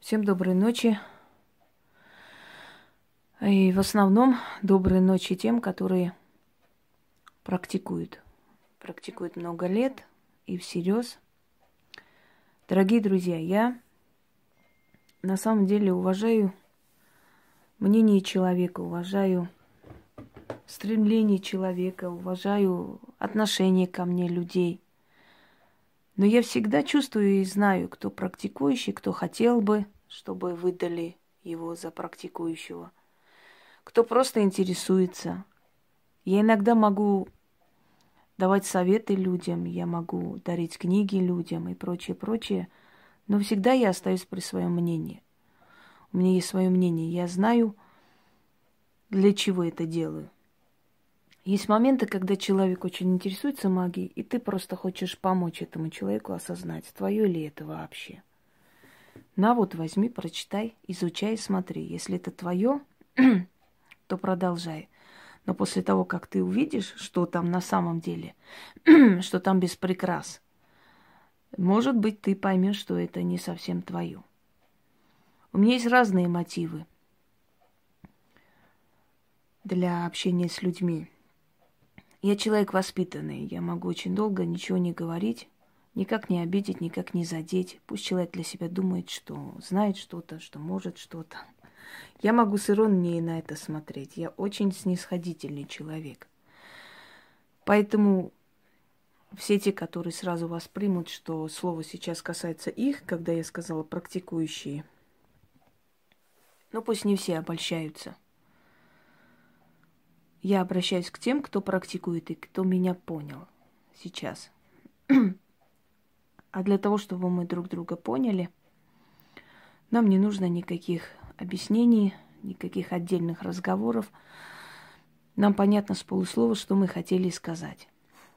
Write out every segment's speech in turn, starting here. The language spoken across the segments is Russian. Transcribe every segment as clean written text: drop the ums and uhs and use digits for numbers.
Всем доброй ночи. И в основном доброй ночи тем, которые практикуют. Практикуют много лет и всерьез. Дорогие друзья, я на самом деле уважаю мнение человека, уважаю стремление человека, уважаю отношение ко мне людей. Но я всегда чувствую и знаю, кто практикующий, кто хотел бы, чтобы выдали его за практикующего. Кто просто интересуется. Я иногда могу давать советы людям, я могу дарить книги людям и прочее, прочее, но всегда я остаюсь при своем мнении. У меня есть свое мнение, я знаю, для чего это делаю. Есть моменты, когда человек очень интересуется магией, и ты просто хочешь помочь этому человеку осознать, твое ли это вообще. На вот, возьми, прочитай, изучай, смотри. Если это твое, то продолжай. Но после того, как ты увидишь, что там на самом деле, что там без прикрас, может быть, ты поймешь, что это не совсем твое. У меня есть разные мотивы для общения с людьми. Я человек воспитанный, я могу очень долго ничего не говорить, никак не обидеть, никак не задеть. Пусть человек для себя думает, что знает что-то, что может что-то. Я могу с иронией на это смотреть. Я очень снисходительный человек. Поэтому все те, которые сразу воспримут, что слово сейчас касается их, когда я сказала практикующие, ну пусть не все обольщаются. Я обращаюсь к тем, кто практикует и кто меня понял сейчас. А для того, чтобы мы друг друга поняли, нам не нужно никаких объяснений, никаких отдельных разговоров. Нам понятно с полуслова, что мы хотели сказать.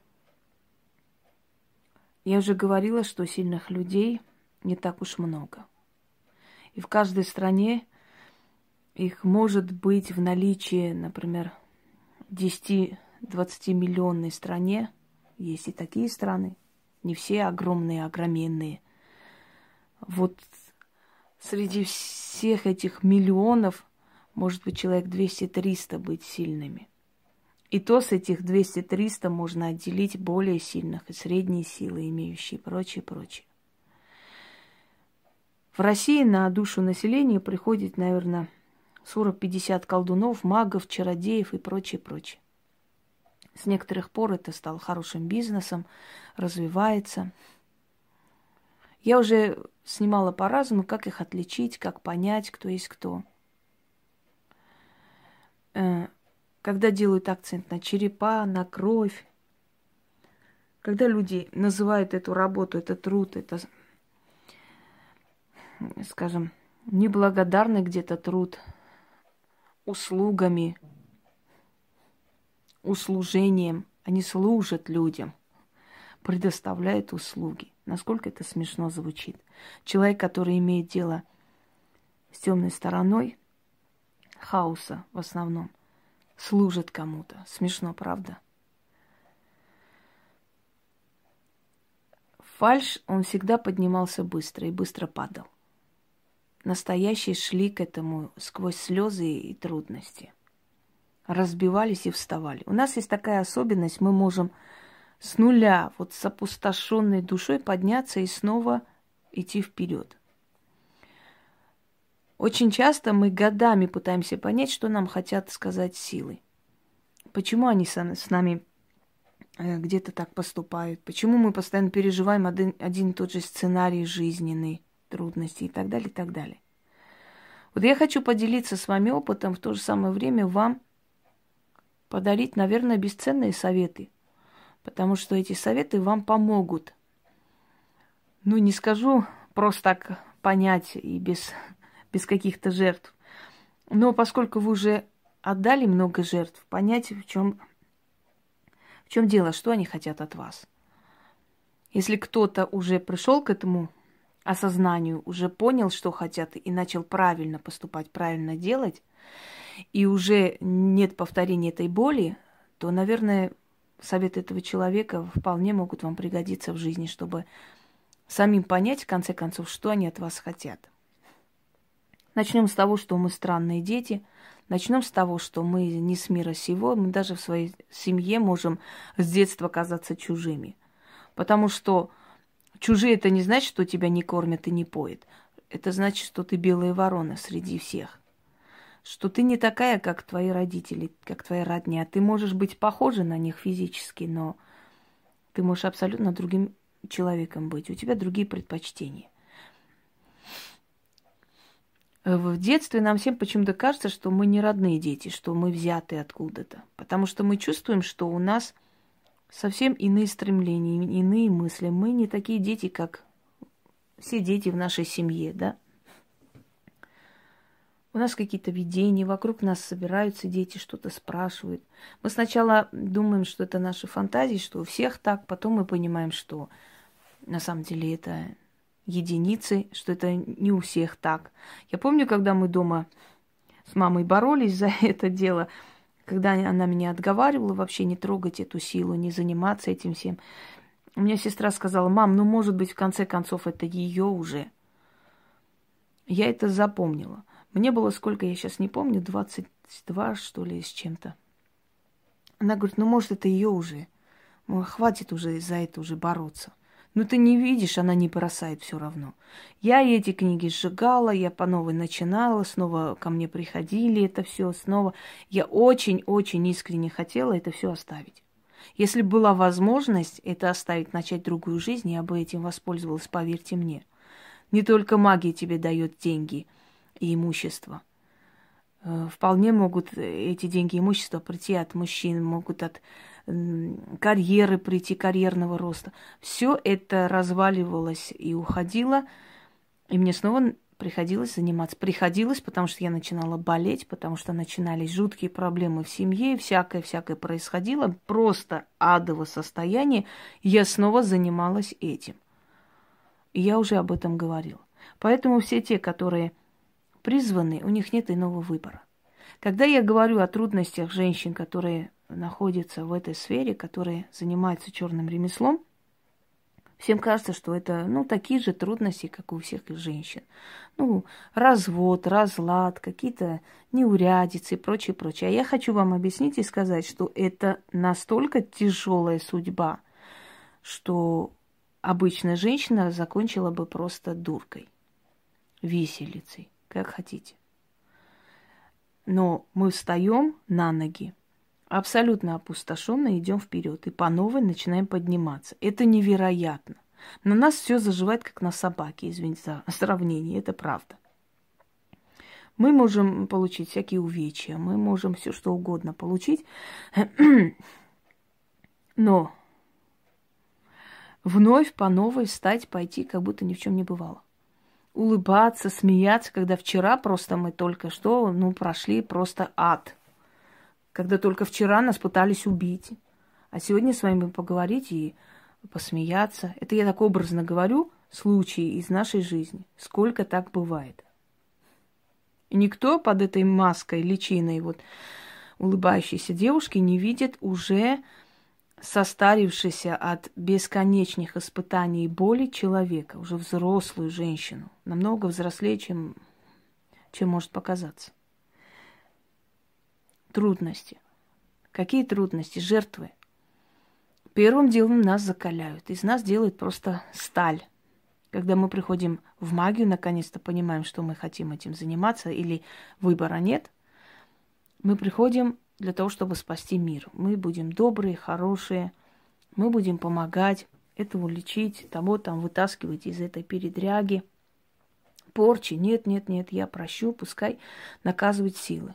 Я уже говорила, что сильных людей не так уж много. И в каждой стране их может быть в наличии, например, 10-20 миллионной стране. Есть и такие страны. Не все огромные, огроменные. Вот среди всех этих миллионов может быть человек 200-300 быть сильными. И то с этих 200-300 можно отделить более сильных и средние силы, имеющие прочее, прочее. В России на душу населения приходит, наверное, 40-50 колдунов, магов, чародеев и прочее, прочее. С некоторых пор это стало хорошим бизнесом, развивается. Я уже снимала по-разному, как их отличить, как понять, кто есть кто. Когда делают акцент на черепа, на кровь, когда люди называют эту работу, этот труд, это, скажем, неблагодарный где-то труд, услугами, услужением, они служат людям, предоставляют услуги. Насколько это смешно звучит. Человек, который имеет дело с темной стороной хаоса в основном, служит кому-то. Смешно, правда? Фальшь, он всегда поднимался быстро и быстро падал. Настоящие шли к этому сквозь слезы и трудности. Разбивались и вставали. У нас есть такая особенность, мы можем с нуля, вот с опустошенной душой подняться и снова идти вперед. Очень часто мы годами пытаемся понять, что нам хотят сказать силы. Почему они с нами где-то так поступают? Почему мы постоянно переживаем один и тот же сценарий жизненный, трудности и так далее, и так далее. Вот я хочу поделиться с вами опытом, в то же самое время вам подарить, наверное, бесценные советы. Потому что эти советы вам помогут. Ну, не скажу просто так понять и без каких-то жертв. Но поскольку вы уже отдали много жертв, понять, в чем дело, что они хотят от вас. Если кто-то уже пришел к этому осознанию, уже понял, что хотят, и начал правильно поступать, правильно делать, и уже нет повторения этой боли, то, наверное, советы этого человека вполне могут вам пригодиться в жизни, чтобы самим понять, в конце концов, что они от вас хотят. Начнем с того, что мы странные дети. Начнем с того, что мы не с мира сего. Мы даже в своей семье можем с детства казаться чужими. Потому что чужие это не значит, что тебя не кормят и не поят. Это значит, что ты белая ворона среди всех. Что ты не такая, как твои родители, как твоя родня. Ты можешь быть похожа на них физически, но ты можешь абсолютно другим человеком быть. У тебя другие предпочтения. В детстве нам всем почему-то кажется, что мы не родные дети, что мы взяты откуда-то. Потому что мы чувствуем, что у нас совсем иные стремления, иные мысли. Мы не такие дети, как все дети в нашей семье, да? У нас какие-то видения, вокруг нас собираются дети, что-то спрашивают. Мы сначала думаем, что это наши фантазии, что у всех так, потом мы понимаем, что на самом деле это единицы, что это не у всех так. Я помню, когда мы дома с мамой боролись за это дело, когда она меня отговаривала вообще не трогать эту силу, не заниматься этим всем. У меня сестра сказала: мам, ну, может быть, в конце концов, это ее уже. Я это запомнила. Мне было сколько, я сейчас не помню, 22, что ли, с чем-то. Она говорит: ну, может, это ее уже. Ну, хватит уже за это уже бороться. Ну, ты не видишь, она не бросает все равно. Я эти книги сжигала, я по новой начинала, снова ко мне приходили это все, снова. Я очень-очень искренне хотела это все оставить. Если была возможность это оставить, начать другую жизнь, я бы этим воспользовалась, поверьте мне. Не только магия тебе дает деньги и имущество. Вполне могут эти деньги и имущество прийти от мужчин, могут от карьеры прийти, карьерного роста. Все это разваливалось и уходило, и мне снова приходилось заниматься. Приходилось, потому что я начинала болеть, потому что начинались жуткие проблемы в семье, всякое происходило, просто адово состояние, и я снова занималась этим. И я уже об этом говорила. Поэтому все те, которые призваны, у них нет иного выбора. Когда я говорю о трудностях женщин, которые находятся в этой сфере, которые занимаются черным ремеслом, всем кажется, что это, такие же трудности, как у всех женщин. Развод, разлад, какие-то неурядицы и прочее, прочее. А я хочу вам объяснить и сказать, что это настолько тяжелая судьба, что обычная женщина закончила бы просто дуркой, виселицей, как хотите. Но мы встаем на ноги, абсолютно опустошенно идем вперед и по новой начинаем подниматься. Это невероятно. На нас все заживает, как на собаке, извините за сравнение, это правда. Мы можем получить всякие увечья, мы можем все что угодно получить, но вновь по новой встать, пойти, как будто ни в чем не бывало. Улыбаться, смеяться, когда вчера просто мы только что, прошли просто ад. Когда только вчера нас пытались убить. А сегодня с вами поговорить и посмеяться. Это я так образно говорю, случаи из нашей жизни. Сколько так бывает. И никто под этой маской, личиной улыбающейся девушки не видит уже состарившейся от бесконечных испытаний и боли человека, уже взрослую женщину, намного взрослее, чем может показаться. Трудности. Какие трудности? Жертвы. Первым делом нас закаляют. Из нас делают просто сталь. Когда мы приходим в магию, наконец-то понимаем, что мы хотим этим заниматься, или выбора нет, мы приходим для того, чтобы спасти мир. Мы будем добрые, хорошие, мы будем помогать этого лечить, того там вытаскивать из этой передряги, порчи. Нет, я прощу, пускай наказывают силы.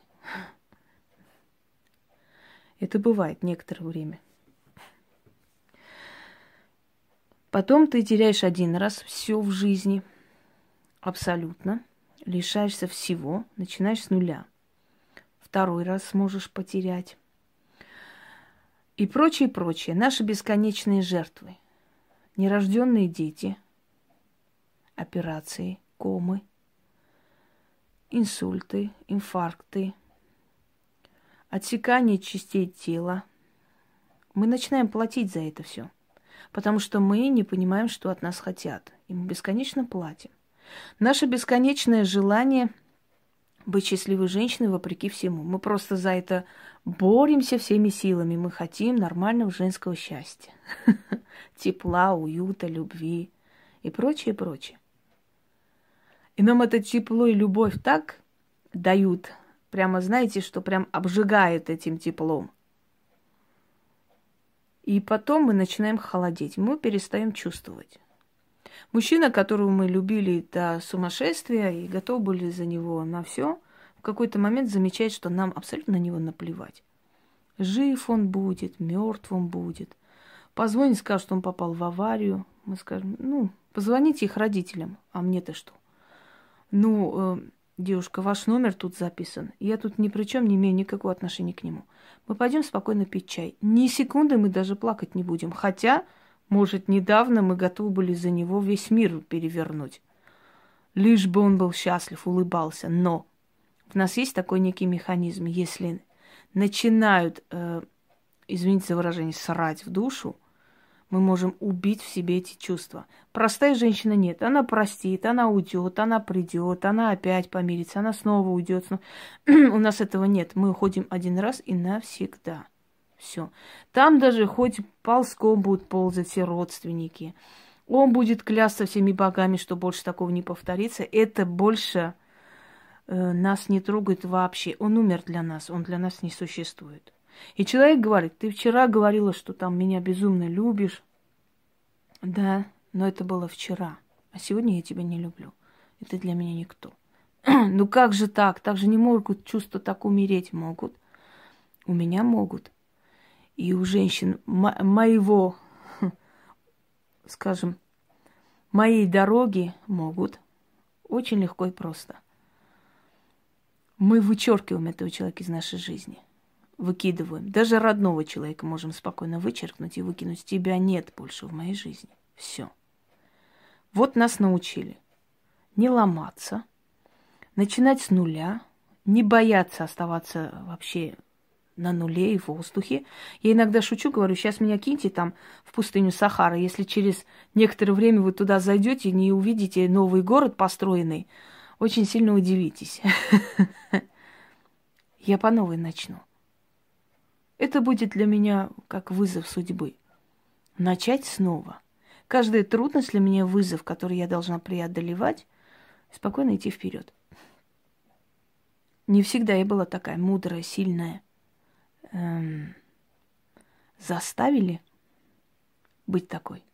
Это бывает некоторое время. Потом ты теряешь один раз все в жизни, абсолютно, лишаешься всего, начинаешь с нуля. Второй раз сможешь потерять. И прочее, прочее. Наши бесконечные жертвы. Нерожденные дети, операции, комы, инсульты, инфаркты, отсекание частей тела. Мы начинаем платить за это все, потому что мы не понимаем, что от нас хотят. И мы бесконечно платим. Наше бесконечное желание быть счастливой женщиной вопреки всему. Мы просто за это боремся всеми силами. Мы хотим нормального женского счастья. Тепла, уюта, любви и прочее, прочее. И нам это тепло и любовь так дают, прямо знаете, что прям обжигает этим теплом. И потом мы начинаем холодеть, мы перестаем чувствовать. Мужчина, которого мы любили до сумасшествия и готовы были за него на все, в какой-то момент замечает, что нам абсолютно на него наплевать. Жив он будет, мертв он будет. Позвонит, скажет, что он попал в аварию. Мы скажем, ну, позвоните их родителям, а мне-то что? Ну, девушка, ваш номер тут записан. Я тут ни при чем, не имею никакого отношения к нему. Мы пойдем спокойно пить чай. Ни секунды мы даже плакать не будем. Хотя, может, недавно мы готовы были за него весь мир перевернуть. Лишь бы он был счастлив, улыбался. Но в нас есть такой некий механизм. Если начинают, извините за выражение, срать в душу, мы можем убить в себе эти чувства. Простая женщина нет. Она простит, она уйдет, она придет, она опять помирится, она снова уйдет. У нас этого нет. Мы уходим один раз и навсегда. Все. Там даже хоть ползком будут ползать все родственники. Он будет клясться всеми богами, что больше такого не повторится. Это больше нас не трогает вообще. Он умер для нас, он для нас не существует. И человек говорит, ты вчера говорила, что там меня безумно любишь. Да, но это было вчера. А сегодня я тебя не люблю. Это для меня никто. Ну как же так? Так же не могут чувства так умереть. Могут. У меня могут. И у женщин моего, скажем, моей дороги могут. Очень легко и просто. Мы вычеркиваем этого человека из нашей жизни. Выкидываем. Даже родного человека можем спокойно вычеркнуть и выкинуть. Тебя нет больше в моей жизни. Все. Вот нас научили. Не ломаться. Начинать с нуля. Не бояться оставаться вообще на нуле и в воздухе. Я иногда шучу, говорю, сейчас меня киньте там в пустыню Сахара. Если через некоторое время вы туда зайдете и не увидите новый город построенный, очень сильно удивитесь. Я по новой начну. Это будет для меня как вызов судьбы. Начать снова. Каждая трудность для меня вызов, который я должна преодолевать, и спокойно идти вперед. Не всегда я была такая мудрая, сильная. Заставили быть такой.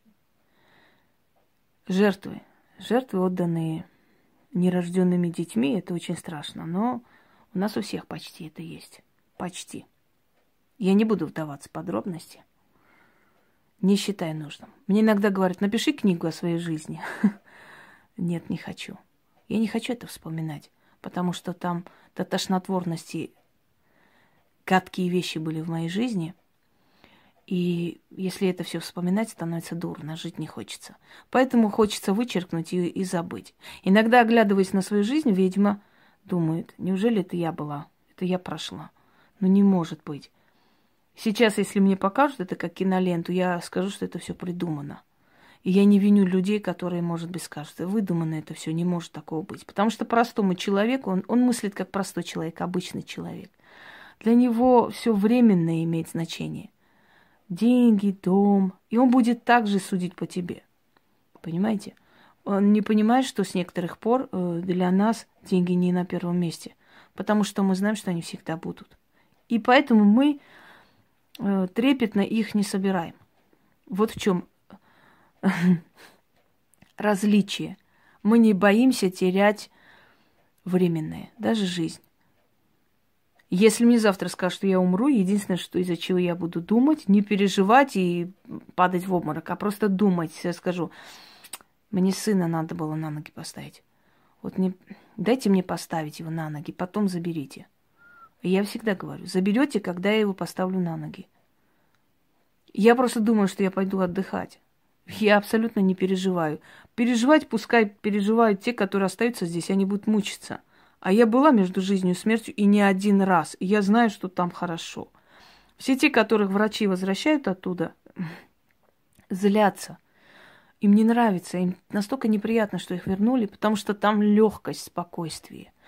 Жертвы. Жертвы, отданные нерожденными детьми, это очень страшно. Но у нас у всех почти это есть. Почти. Я не буду вдаваться в подробности. Не считаю нужным. Мне иногда говорят, напиши книгу о своей жизни. Нет, не хочу. Я не хочу это вспоминать, потому что там до тошнотворности гадкие вещи были в моей жизни. И если это все вспоминать, становится дурно, жить не хочется. Поэтому хочется вычеркнуть и забыть. Иногда, оглядываясь на свою жизнь, ведьма думает, неужели это я была? Это я прошла? Ну не может быть. Сейчас, если мне покажут это как киноленту, я скажу, что это все придумано. И я не виню людей, которые, может быть, скажут, выдумано это все, не может такого быть. Потому что простому человеку, он мыслит как простой человек, обычный человек. Для него все временное имеет значение. Деньги, дом. И он будет также судить по тебе. Понимаете? Он не понимает, что с некоторых пор для нас деньги не на первом месте. Потому что мы знаем, что они всегда будут. И поэтому мы трепетно их не собираем. Вот в чем различие. Мы не боимся терять временное, даже жизнь. Если мне завтра скажут, что я умру, единственное, что из-за чего я буду думать, не переживать и падать в обморок, а просто думать. Я скажу, мне сына надо было на ноги поставить. Вот дайте мне поставить его на ноги, потом заберите. Я всегда говорю, заберете, когда я его поставлю на ноги. Я просто думаю, что я пойду отдыхать. Я абсолютно не переживаю. Переживать пускай переживают те, которые остаются здесь, они будут мучиться. А я была между жизнью и смертью и не один раз. И я знаю, что там хорошо. Все те, которых врачи возвращают оттуда, злятся. Им не нравится. Им настолько неприятно, что их вернули, потому что там легкость, спокойствие.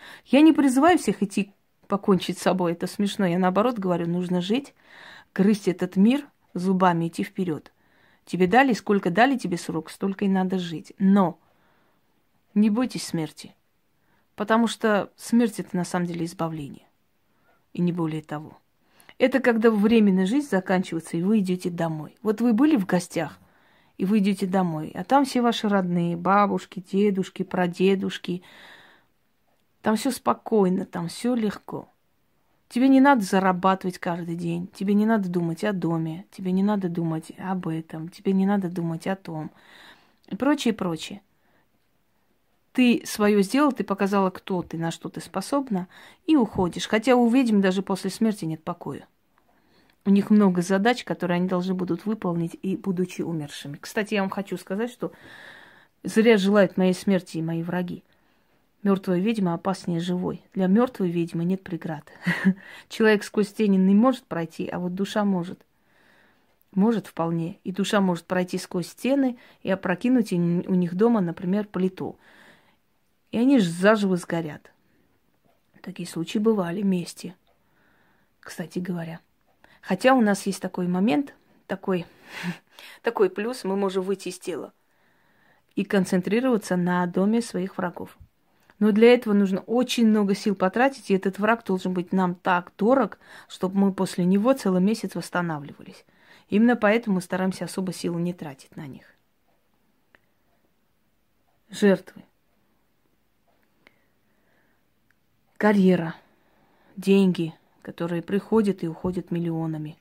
Я не призываю всех идти покончить с собой, это смешно. Я наоборот говорю, нужно жить, грызть этот мир зубами, идти вперед. Тебе дали, сколько дали тебе срок, столько и надо жить. Но не бойтесь смерти, потому что смерть это на самом деле избавление. И не более того. Это когда временная жизнь заканчивается, и вы идете домой. Вот вы были в гостях, и вы идете домой, а там все ваши родные, бабушки, дедушки, прадедушки. Там все спокойно, там все легко. Тебе не надо зарабатывать каждый день, тебе не надо думать о доме, тебе не надо думать об этом, тебе не надо думать о том. И прочее, прочее. Ты свое сделал, ты показала, кто ты, на что ты способна, и уходишь. Хотя у ведьм даже после смерти нет покоя. У них много задач, которые они должны будут выполнить, и будучи умершими. Кстати, я вам хочу сказать, что зря желают моей смерти и мои враги. Мертвая ведьма опаснее живой. Для мертвой ведьмы нет преград. Человек сквозь тени не может пройти, а вот душа может. Может вполне. И душа может пройти сквозь стены и опрокинуть у них дома, например, плиту. И они же заживо сгорят. Такие случаи бывали вместе, кстати говоря. Хотя у нас есть такой момент, такой плюс, мы можем выйти из тела и концентрироваться на доме своих врагов. Но для этого нужно очень много сил потратить, и этот враг должен быть нам так дорог, чтобы мы после него целый месяц восстанавливались. Именно поэтому мы стараемся особо силы не тратить на них. Жертвы. Карьера. Деньги, которые приходят и уходят миллионами.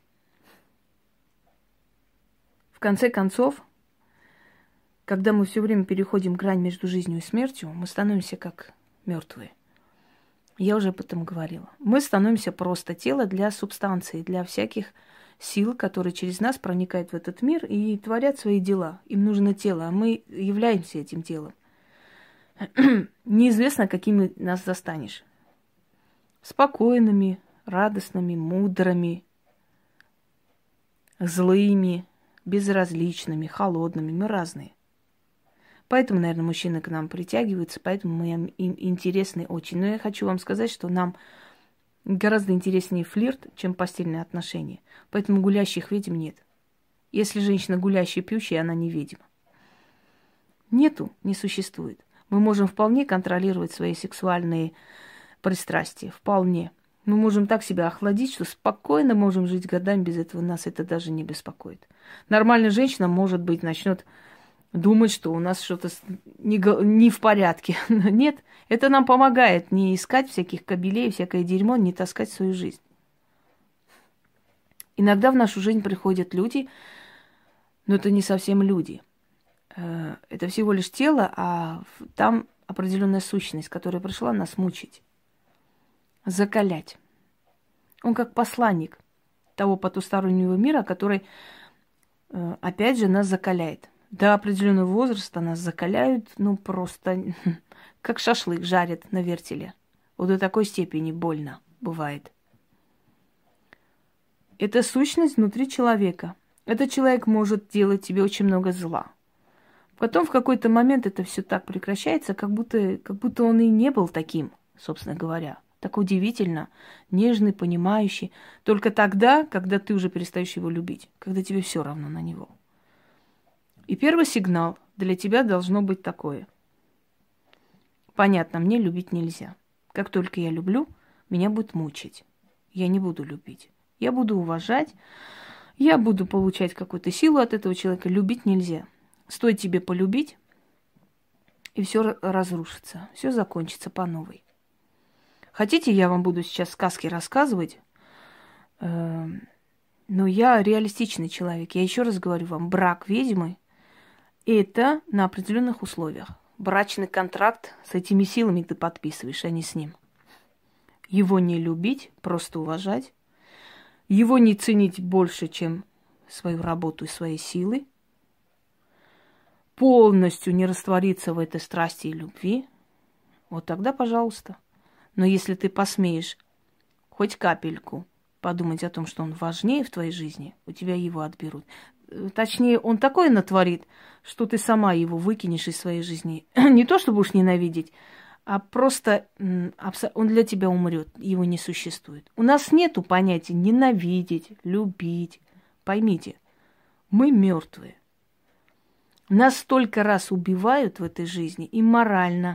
В конце концов, когда мы все время переходим грань между жизнью и смертью, мы становимся как мертвые. Я уже об этом говорила. Мы становимся просто тело для субстанции, для всяких сил, которые через нас проникают в этот мир и творят свои дела. Им нужно тело, а мы являемся этим телом. Неизвестно, какими нас застанешь. Спокойными, радостными, мудрыми, злыми, безразличными, холодными. Мы разные. Поэтому, наверное, мужчины к нам притягиваются, поэтому мы им интересны очень. Но я хочу вам сказать, что нам гораздо интереснее флирт, чем постельные отношения. Поэтому гулящих ведьм нет. Если женщина гулящая, пьющая, она не ведьма. Нету, не существует. Мы можем вполне контролировать свои сексуальные пристрастия. Вполне. Мы можем так себя охладить, что спокойно можем жить годами без этого. Нас это даже не беспокоит. Нормальная женщина, может быть, начнет думать, что у нас что-то не в порядке. Нет, это нам помогает не искать всяких кобелей, всякое дерьмо, не таскать свою жизнь. Иногда в нашу жизнь приходят люди, но это не совсем люди. Это всего лишь тело, а там определенная сущность, которая пришла нас мучить, закалять. Он как посланник того потустороннего мира, который, опять же, нас закаляет. До определенного возраста нас закаляют, ну, просто как шашлык жарят на вертеле. Вот до такой степени больно бывает. Это сущность внутри человека. Этот человек может делать тебе очень много зла. Потом в какой-то момент это все так прекращается, как будто он и не был таким, собственно говоря. Так удивительно, нежный, понимающий. Только тогда, когда ты уже перестаешь его любить, когда тебе все равно на него. И первый сигнал для тебя должно быть такое. Понятно, мне любить нельзя. Как только я люблю, меня будет мучить. Я не буду любить. Я буду уважать, я буду получать какую-то силу от этого человека. Любить нельзя. Стоит тебе полюбить, и все разрушится, все закончится по новой. Хотите, я вам буду сейчас сказки рассказывать, но я реалистичный человек. Я еще раз говорю вам, брак ведьмы – это на определенных условиях. Брачный контракт с этими силами ты подписываешь, а не с ним. Его не любить, просто уважать. Его не ценить больше, чем свою работу и свои силы. Полностью не раствориться в этой страсти и любви. Вот тогда, пожалуйста. Но если ты посмеешь хоть капельку подумать о том, что он важнее в твоей жизни, у тебя его отберут. Точнее, он такое натворит, что ты сама его выкинешь из своей жизни. Не то, чтобы уж ненавидеть, а просто он для тебя умрет, его не существует. У нас нету понятия ненавидеть, любить. Поймите, мы мертвые. Нас столько раз убивают в этой жизни и морально,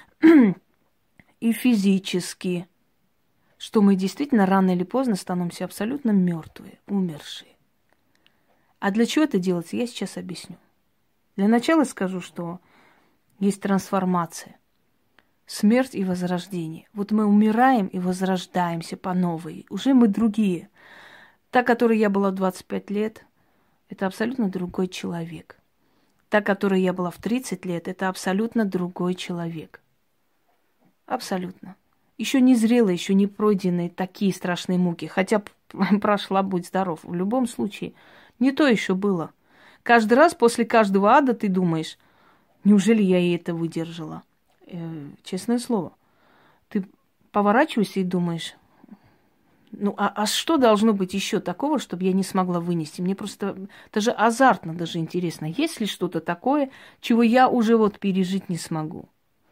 и физически, что мы действительно рано или поздно становимся абсолютно мертвые, умершие. А для чего это делается, я сейчас объясню. Для начала скажу, что есть трансформация, смерть и возрождение. Вот мы умираем и возрождаемся по новой. Уже мы другие. Та, которой я была в 25 лет, это абсолютно другой человек. Та, которой я была в 30 лет, это абсолютно другой человек. Абсолютно. Еще не зрелые, еще не пройденные такие страшные муки. Хотя прошла, будь здоров. В любом случае, не то еще было. Каждый раз после каждого ада ты думаешь, неужели я и это выдержала? Честное слово. Ты поворачиваешься и думаешь, ну а что должно быть еще такого, чтобы я не смогла вынести? Мне просто даже азартно, даже интересно, есть ли что-то такое, чего я уже вот пережить не смогу?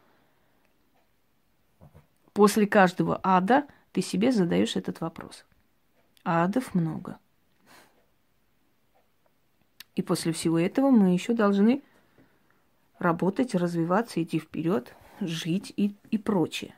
После каждого ада ты себе задаешь этот вопрос. А адов много. И после всего этого мы еще должны работать, развиваться, идти вперед, жить и прочее.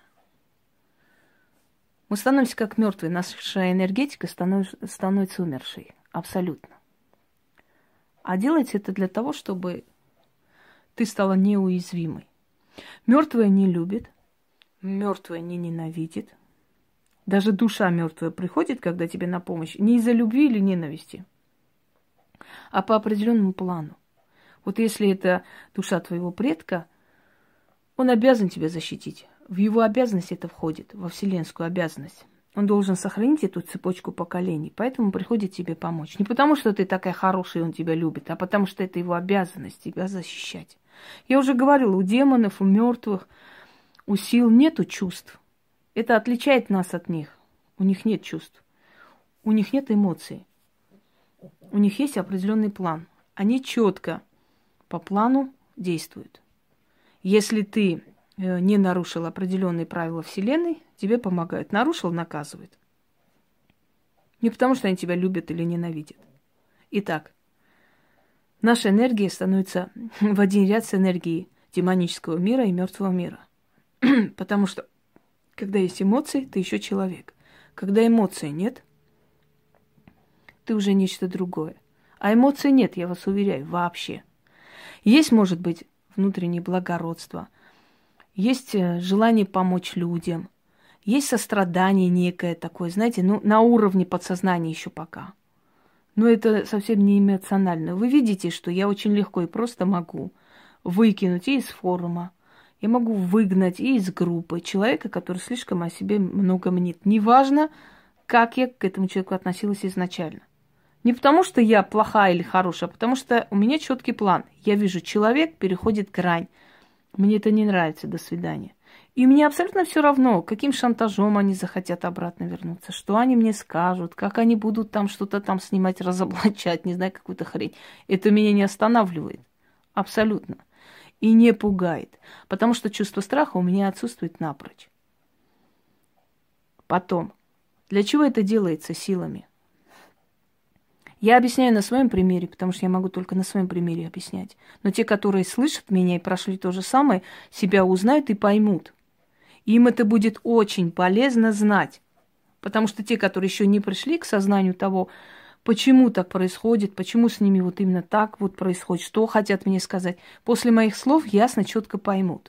Мы становимся как мертвые, наша энергетика становится умершей. Абсолютно. А делается это для того, чтобы ты стала неуязвимой. Мертвая не любит, мертвая не ненавидит. Даже душа мертвая приходит, когда тебе на помощь, не из-за любви или ненависти, а по определенному плану. Вот если это душа твоего предка, он обязан тебя защитить. В его обязанность это входит, во вселенскую обязанность. Он должен сохранить эту цепочку поколений, поэтому приходит тебе помочь. Не потому, что ты такая хорошая, и он тебя любит, а потому, что это его обязанность тебя защищать. Я уже говорила, у демонов, у мертвых, у сил нету чувств. Это отличает нас от них. У них нет чувств. У них нет эмоций. У них есть определенный план. Они четко по плану действуют. Если ты не нарушил определенные правила Вселенной, тебе помогают. Нарушил — наказывают. Не потому, что они тебя любят или ненавидят. Итак, наша энергия становится в один ряд с энергией демонического мира и мертвого мира. Потому что, когда есть эмоции, ты еще человек. Когда эмоций нет, ты уже нечто другое. А эмоций нет, я вас уверяю, вообще. Есть, может быть, внутреннее благородство, есть желание помочь людям, есть сострадание некое такое, знаете, ну, на уровне подсознания еще пока. Но это совсем не эмоционально. Вы видите, что я очень легко и просто могу выкинуть и из форума, я могу выгнать и из группы человека, который слишком о себе много мнит. Неважно, как я к этому человеку относилась изначально. Не потому, что я плохая или хорошая, а потому что у меня четкий план. Я вижу, человек переходит грань. Мне это не нравится, до свидания. И мне абсолютно все равно, каким шантажом они захотят обратно вернуться, что они мне скажут, как они будут там что-то там снимать, разоблачать, не знаю, какую-то хрень. Это меня не останавливает. Абсолютно. И не пугает. Потому что чувство страха у меня отсутствует напрочь. Потом. Для чего это делается силами? Я объясняю на своем примере, потому что я могу только на своем примере объяснять. Но те, которые слышат меня и прошли то же самое, себя узнают и поймут. Им это будет очень полезно знать. Потому что те, которые еще не пришли к сознанию того, почему так происходит, почему с ними вот именно так вот происходит, что хотят мне сказать, после моих слов ясно, четко поймут.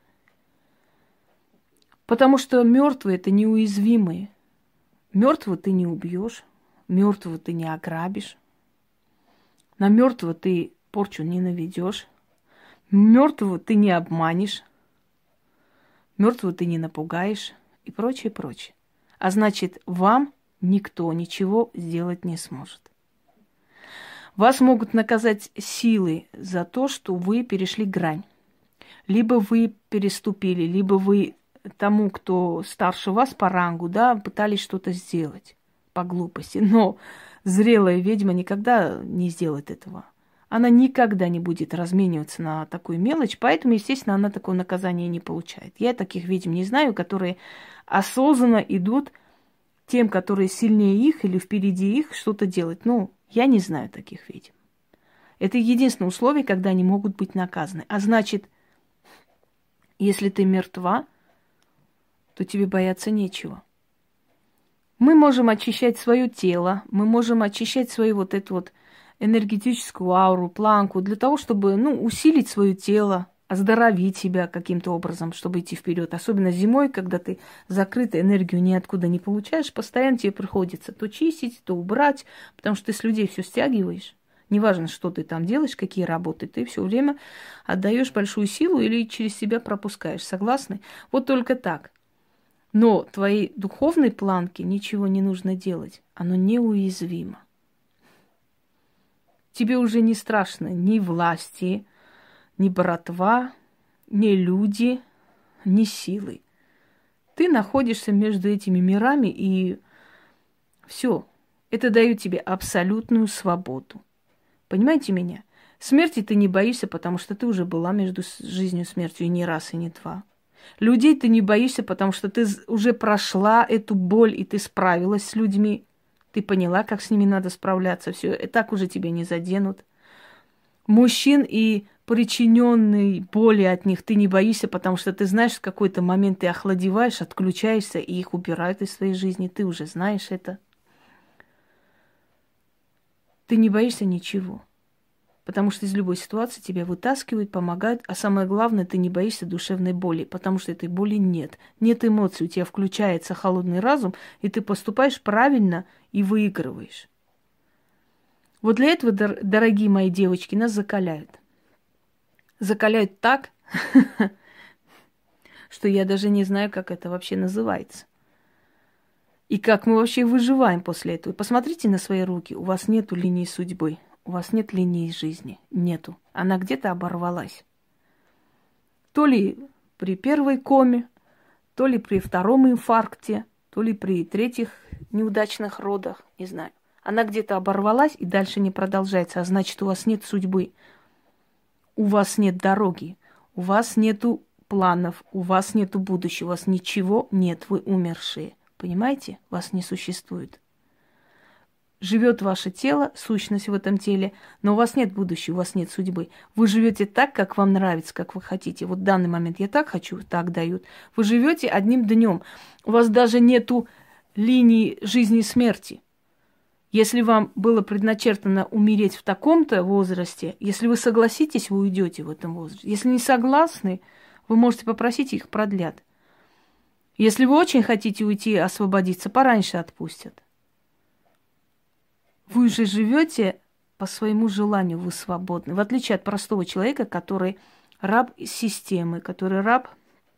Потому что мертвые — это неуязвимые. Мертвого ты не убьешь. Мертвого ты не ограбишь. На мертвого ты порчу не наведешь. Мертвого ты не обманешь. Мертвого ты не напугаешь. И прочее, прочее. А значит, вам никто ничего сделать не сможет. Вас могут наказать силы за то, что вы перешли грань. Либо вы переступили, либо вы тому, кто старше вас по рангу, да, пытались что-то сделать по глупости. Но зрелая ведьма никогда не сделает этого. Она никогда не будет размениваться на такую мелочь, поэтому, естественно, она такое наказание не получает. Я таких ведьм не знаю, которые осознанно идут тем, которые сильнее их или впереди их, что-то делать. Ну, я не знаю таких ведьм. Это единственное условие, когда они могут быть наказаны. А значит, если ты мертва, то тебе бояться нечего. Мы можем очищать свое тело, мы можем очищать свою вот эту вот энергетическую ауру, планку, для того, чтобы, усилить свое тело, оздоровить себя каким-то образом, чтобы идти вперед. Особенно зимой, когда ты закрыто энергию ниоткуда не получаешь, постоянно тебе приходится то чистить, то убрать, потому что ты с людей все стягиваешь. Неважно, что ты там делаешь, какие работы, ты все время отдаешь большую силу или через себя пропускаешь. Согласны? Вот только так. Но твоей духовной планке ничего не нужно делать. Оно неуязвимо. Тебе уже не страшно ни власти, ни братва, ни люди, ни силы. Ты находишься между этими мирами, и все. Это дает тебе абсолютную свободу. Понимаете меня? Смерти ты не боишься, потому что ты уже была между жизнью и смертью и не раз, и не два. Людей ты не боишься, потому что ты уже прошла эту боль, и ты справилась с людьми. Ты поняла, как с ними надо справляться. Все, и так уже тебя не заденут. Мужчин и причиненной боли от них ты не боишься, потому что ты знаешь, в какой-то момент ты охладеваешь, отключаешься, и их убирают из своей жизни. Ты уже знаешь это. Ты не боишься ничего. Потому что из любой ситуации тебя вытаскивают, помогают. А самое главное, ты не боишься душевной боли, потому что этой боли нет. Нет эмоций, у тебя включается холодный разум, и ты поступаешь правильно и выигрываешь. Вот для этого, дорогие мои девочки, нас закаляют. Закаляют так, что я даже не знаю, как это вообще называется. И как мы вообще выживаем после этого. Посмотрите на свои руки. У вас нету линии судьбы. У вас нет линии жизни. Нету. Она где-то оборвалась. То ли при первой коме, то ли при втором инфаркте, то ли при третьих неудачных родах. Не знаю. Она где-то оборвалась и дальше не продолжается. А значит, у вас нет судьбы. У вас нет дороги. У вас нету планов. У вас нету будущего. У вас ничего нет. Вы умершие. Понимаете? Вас не существует. Живет ваше тело, сущность в этом теле, но у вас нет будущего, у вас нет судьбы. Вы живете так, как вам нравится, как вы хотите. Вот в данный момент я так хочу, так дают. Вы живете одним днем. У вас даже нету линии жизни и смерти. Если вам было предначертано умереть в таком-то возрасте, если вы согласитесь, вы уйдете в этом возрасте. Если не согласны, вы можете попросить, их продлят. Если вы очень хотите уйти, освободиться, пораньше отпустят. Вы же живете по своему желанию, вы свободны. В отличие от простого человека, который раб системы, который раб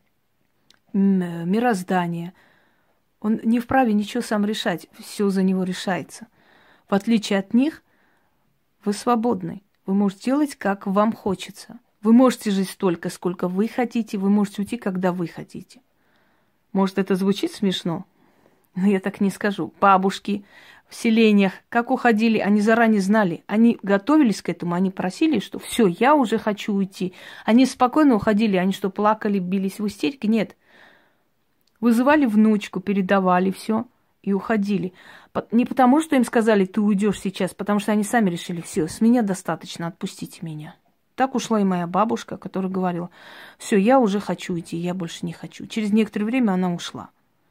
мироздания. Он не вправе ничего сам решать, все за него решается. В отличие от них, вы свободны. Вы можете делать, как вам хочется. Вы можете жить столько, сколько вы хотите, вы можете уйти, когда вы хотите. Может, это звучит смешно, но я так не скажу. Бабушки в селениях, как уходили, они заранее знали. Они готовились к этому, они просили, что все, я уже хочу уйти. Они спокойно уходили, они что, плакали, бились в истерике? Нет. Вызывали внучку, передавали все и уходили. Не потому, что им сказали, ты уйдешь сейчас, потому что они сами решили, все, с меня достаточно, отпустите меня. Так ушла и моя бабушка, которая говорила, все, я уже хочу уйти, я больше не хочу. Через некоторое время она ушла.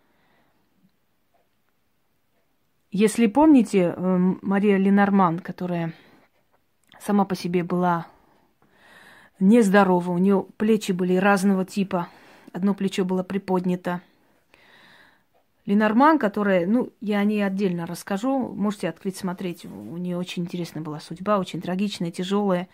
Если помните, Мария Ленорман, которая сама по себе была нездорова, у нее плечи были разного типа, одно плечо было приподнято. Ленорман, которая, я о ней отдельно расскажу, можете открыть, смотреть, у нее очень интересная была судьба, очень трагичная, тяжелая.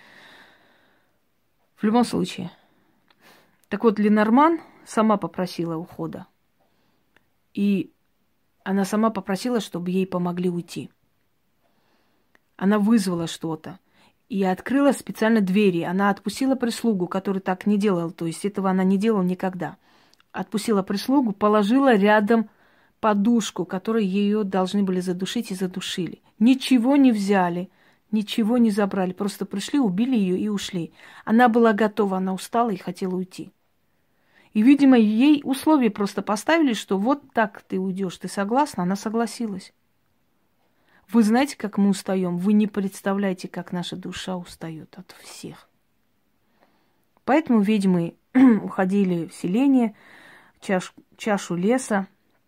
В любом случае. Так вот, Ленорман сама попросила ухода. И она сама попросила, чтобы ей помогли уйти. Она вызвала что-то. И открыла специально двери. Она отпустила прислугу, которая так не делала. То есть этого она не делала никогда. Отпустила прислугу, положила рядом подушку, которой ее должны были задушить и задушили. Ничего не взяли. Ничего не забрали. Просто пришли, убили ее и ушли. Она была готова, она устала и хотела уйти. И, видимо, ей условия просто поставили, что вот так ты уйдешь. Ты согласна? Она согласилась. Вы знаете, как мы устаем? Вы не представляете, как наша душа устает от всех. Поэтому ведьмы уходили в селение, в чашу леса,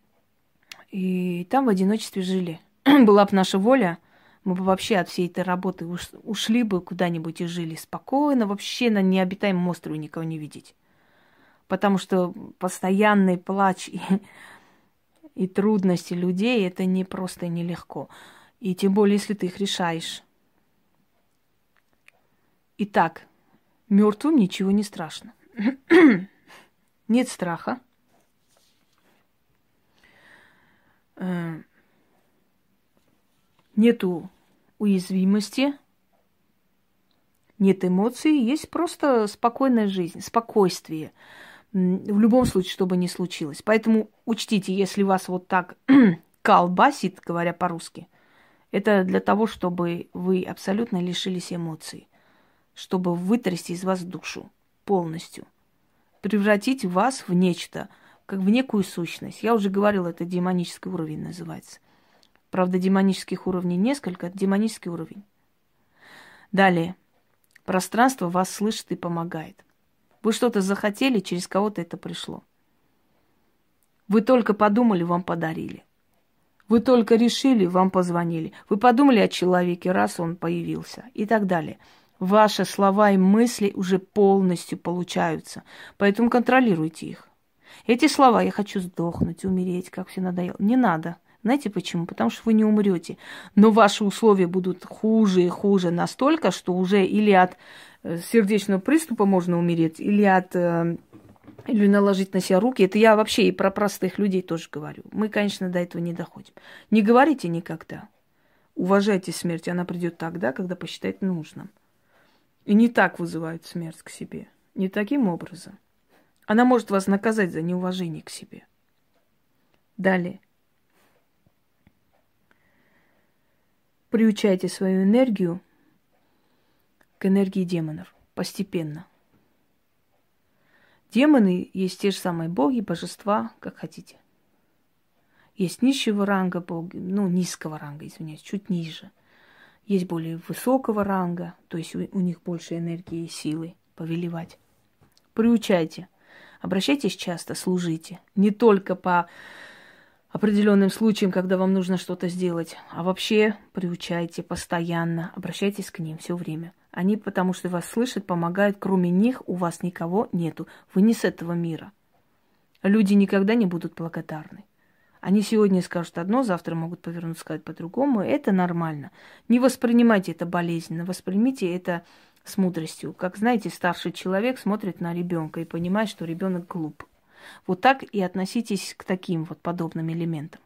и там в одиночестве жили. Была бы наша воля, мы бы вообще от всей этой работы ушли бы куда-нибудь и жили спокойно, вообще на необитаемом острове никого не видеть. Потому что постоянный плач и трудности людей – это не просто и нелегко. И тем более, если ты их решаешь. Итак, мертвым ничего не страшно. Нет страха. Нету уязвимости. Нет эмоций. Есть просто спокойная жизнь, спокойствие. В любом случае, что бы ни случилось. Поэтому учтите, если вас вот так колбасит, говоря по-русски, это для того, чтобы вы абсолютно лишились эмоций. Чтобы вытрясти из вас душу полностью. Превратить вас в нечто, как в некую сущность. Я уже говорила, это демонический уровень называется. Правда, демонических уровней несколько, это демонический уровень. Далее. Пространство вас слышит и помогает. Вы что-то захотели, через кого-то это пришло. Вы только подумали, вам подарили. Вы только решили, вам позвонили. Вы подумали о человеке, раз он появился. И так далее. Ваши слова и мысли уже полностью получаются. Поэтому контролируйте их. Эти слова «я хочу сдохнуть, умереть, как все надоело» не надо. Знаете почему? Потому что вы не умрете. Но ваши условия будут хуже и хуже настолько, что уже или от сердечного приступа можно умереть, или наложить на себя руки. Это я вообще и про простых людей тоже говорю. Мы, конечно, до этого не доходим. Не говорите никогда. Уважайте смерть. Она придет тогда, когда посчитает нужным. И не так вызывает смерть к себе. Не таким образом. Она может вас наказать за неуважение к себе. Далее. Приучайте свою энергию к энергии демонов постепенно. Демоны есть те же самые боги, божества, как хотите. Есть низшего ранга боги, низкого ранга, извиняюсь, чуть ниже. Есть более высокого ранга, то есть у них больше энергии и силы повелевать. Приучайте. Обращайтесь часто, служите. Не только по определенным случаям, когда вам нужно что-то сделать, а вообще приучайте постоянно. Обращайтесь к ним все время. Они, потому что вас слышат, помогают. Кроме них у вас никого нету. Вы не с этого мира. Люди никогда не будут благодарны. Они сегодня скажут одно, завтра могут повернуться, сказать по-другому. Это нормально. Не воспринимайте это болезненно, воспримите это с мудростью. Как, знаете, старший человек смотрит на ребенка и понимает, что ребенок глуп. Вот так и относитесь к таким вот подобным элементам.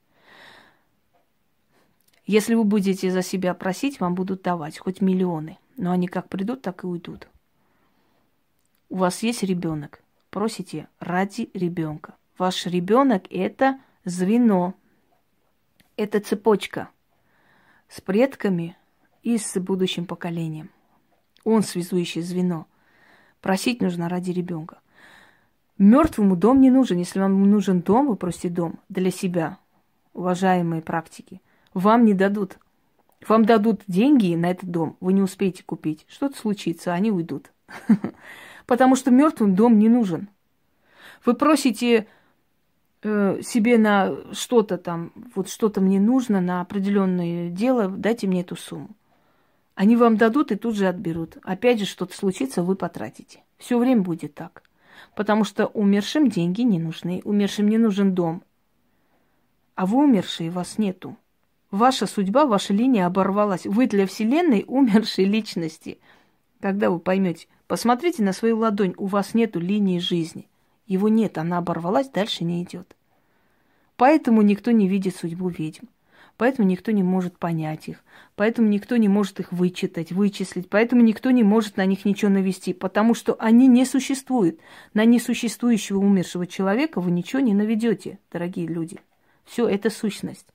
Если вы будете за себя просить, вам будут давать хоть миллионы. Но они как придут, так и уйдут. У вас есть ребенок. Просите ради ребенка. Ваш ребенок – это звено. Это цепочка с предками и с будущим поколением. Он связующее звено. Просить нужно ради ребенка. Мертвому дом не нужен. Если вам нужен дом, вы просите дом для себя, уважаемые практики. Вам не дадут. Вам дадут деньги на этот дом, вы не успеете купить. Что-то случится, они уйдут. Потому что мертвым дом не нужен. Вы просите себе на что-то там, вот что-то мне нужно, на определенное дело, дайте мне эту сумму. Они вам дадут и тут же отберут. Опять же, что-то случится, вы потратите. Все время будет так. Потому что умершим деньги не нужны, умершим не нужен дом. А вы умершие, вас нету. Ваша судьба, ваша линия оборвалась. Вы для Вселенной умершие личности. Когда вы поймете, посмотрите на свою ладонь, у вас нету линии жизни. Его нет, она оборвалась, дальше не идет. Поэтому никто не видит судьбу ведьм. Поэтому никто не может понять их. Поэтому никто не может их вычитать, вычислить. Поэтому никто не может на них ничего навести. Потому что они не существуют. На несуществующего умершего человека вы ничего не наведете, дорогие люди. Все это сущность.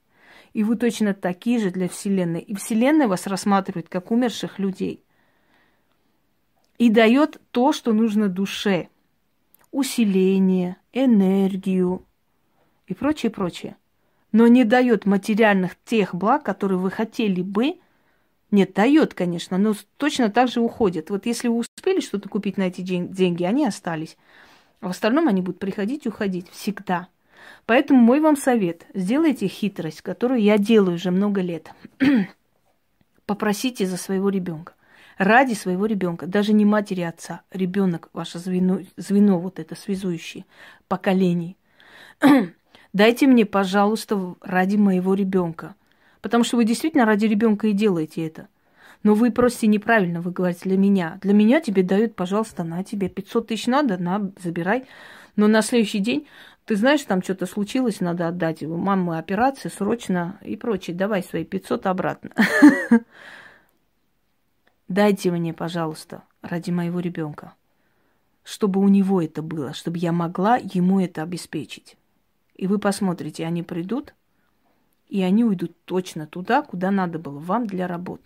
И вы точно такие же для Вселенной. И Вселенная вас рассматривает как умерших людей. И дает то, что нужно душе. Усиление, энергию и прочее, прочее. Но не дает материальных тех благ, которые вы хотели бы. Нет, дает, конечно, но точно так же уходит. Вот если вы успели что-то купить на эти деньги, они остались. А в остальном они будут приходить и уходить всегда. Поэтому мой вам совет. Сделайте хитрость, которую я делаю уже много лет. Попросите за своего ребенка. Ради своего ребенка. Даже не матери, отца. Ребенок, ваше звено вот это связующее поколений. Дайте мне, пожалуйста, ради моего ребенка. Потому что вы действительно ради ребенка и делаете это. Но вы просите неправильно, вы говорите, для меня. Для меня тебе дают, пожалуйста, на тебе 500 тысяч надо, на, забирай. Но на следующий день, ты знаешь, там что-то случилось, надо отдать его. Мама, операция, срочно и прочее. Давай свои 500 обратно. Дайте мне, пожалуйста, ради моего ребенка, чтобы у него это было, чтобы я могла ему это обеспечить. И вы посмотрите, они придут, и они уйдут точно туда, куда надо было вам для работы.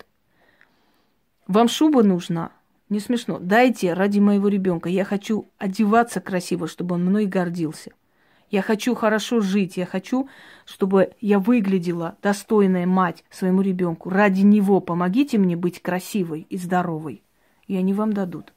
Вам шуба нужна? Не смешно. Дайте ради моего ребенка. Я хочу одеваться красиво, чтобы он мной гордился. Я хочу хорошо жить. Я хочу, чтобы я выглядела достойная мать своему ребенку. Ради него помогите мне быть красивой и здоровой. И они вам дадут.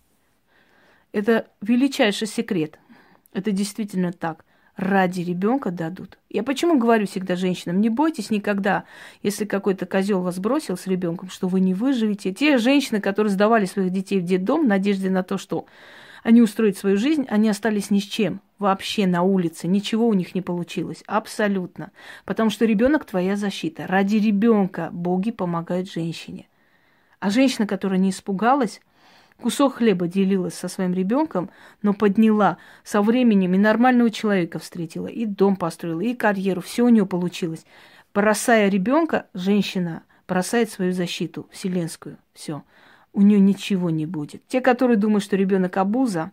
Это величайший секрет. Это действительно так. Ради ребенка дадут. Я почему говорю всегда женщинам, не бойтесь никогда, если какой-то козел вас бросил с ребенком, что вы не выживете. Те женщины, которые сдавали своих детей в детдом в надежде на то, что они устроят свою жизнь, они остались ни с чем. Вообще на улице. Ничего у них не получилось. Абсолютно. Потому что ребенок твоя защита. Ради ребенка боги помогают женщине. А женщина, которая не испугалась, кусок хлеба делила со своим ребенком, но подняла со временем и нормального человека встретила, и дом построила, и карьеру. Все у нее получилось. Бросая ребенка, женщина бросает свою защиту вселенскую. Все. У нее ничего не будет. Те, которые думают, что ребенок обуза,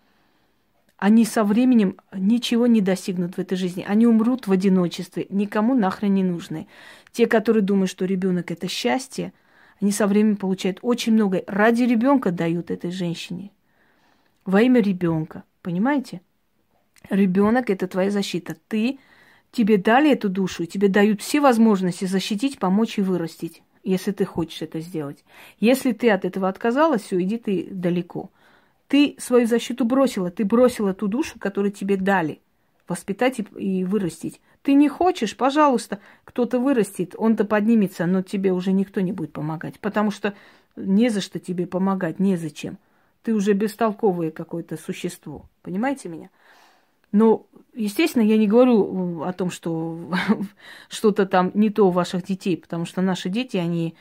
они со временем ничего не достигнут в этой жизни. Они умрут в одиночестве, никому нахрен не нужны. Те, которые думают, что ребенок это счастье, они со временем получают очень много. Ради ребенка дают этой женщине. Во имя ребенка. Понимаете? Ребенок это твоя защита. Тебе дали эту душу, и тебе дают все возможности защитить, помочь и вырастить, если ты хочешь это сделать. Если ты от этого отказалась, все, иди ты далеко. Ты свою защиту бросила. Ты бросила ту душу, которую тебе дали. Воспитать и вырастить. Ты не хочешь, пожалуйста, кто-то вырастет, он-то поднимется, но тебе уже никто не будет помогать, потому что не за что тебе помогать, незачем. Ты уже бестолковое какое-то существо, понимаете меня? Но, естественно, я не говорю о том, что что-то там не то у ваших детей, потому что наши дети, они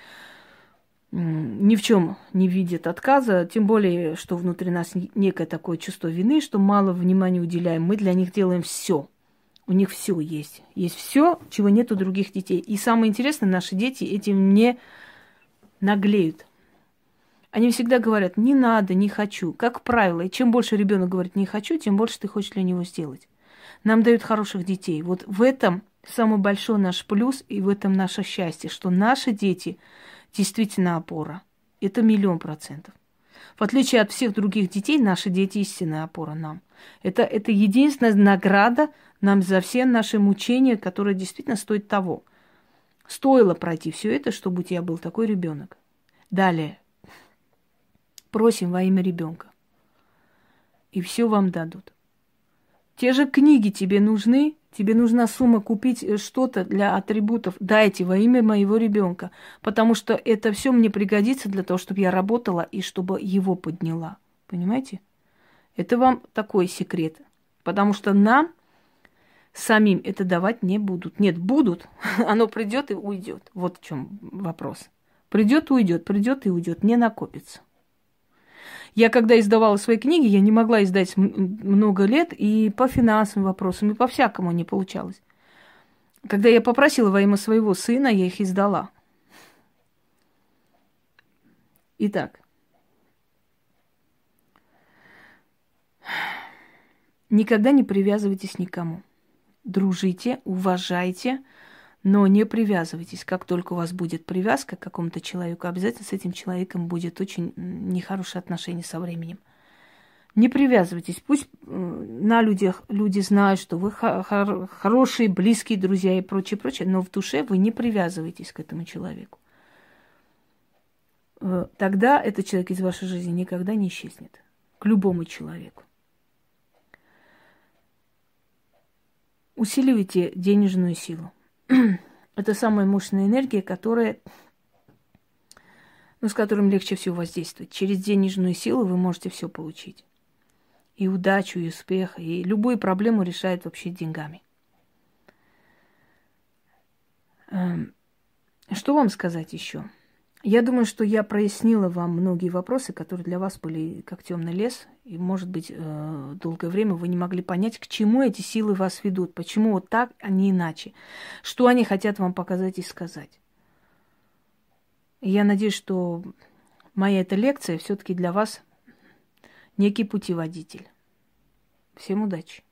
ни в чем не видят отказа, тем более, что внутри нас некое такое чувство вины, что мало внимания уделяем, мы для них делаем все. У них все есть. Есть все, чего нет у других детей. И самое интересное, наши дети этим не наглеют. Они всегда говорят, не надо, не хочу. Как правило, и чем больше ребенок говорит не хочу, тем больше ты хочешь для него сделать. Нам дают хороших детей. Вот в этом самый большой наш плюс, и в этом наше счастье, что наши дети действительно опора. Это 1000000%. В отличие от всех других детей, наши дети истинная опора нам. Это единственная награда нам за все наши мучения, которые действительно стоят того. Стоило пройти все это, чтобы у тебя был такой ребенок. Далее. Просим во имя ребенка. И все вам дадут. Те же книги тебе нужны, тебе нужна сумма купить что-то для атрибутов. Дайте во имя моего ребенка, потому что это все мне пригодится для того, чтобы я работала и чтобы его подняла. Понимаете? Это вам такой секрет. Потому что нам самим это давать не будут. Нет, будут. Оно придет и уйдет. Вот в чем вопрос. Придет и уйдет, придет и уйдет, не накопится. Я когда издавала свои книги, я не могла издать много лет, и по финансовым вопросам, и по всякому не получалось. Когда я попросила во имя своего сына, я их издала. Итак, никогда не привязывайтесь к никому. Дружите, уважайте, Но не привязывайтесь. Как только у вас будет привязка к какому-то человеку, обязательно с этим человеком будет очень нехорошее отношение со временем. Не привязывайтесь. Пусть на людях люди знают, что вы хорошие, близкие друзья и прочее, прочее, но в душе вы не привязываетесь к этому человеку. Тогда этот человек из вашей жизни никогда не исчезнет. К любому человеку. Усиливайте денежную силу. Это самая мощная энергия, с которым легче всего воздействовать. Через денежную силу вы можете все получить. И удачу, и успех, и любую проблему решает вообще деньгами. Что вам сказать еще? Я думаю, что я прояснила вам многие вопросы, которые для вас были как темный лес, и, может быть, долгое время вы не могли понять, к чему эти силы вас ведут, почему вот так, а не иначе, что они хотят вам показать и сказать. И я надеюсь, что моя эта лекция все-таки для вас некий путеводитель. Всем удачи!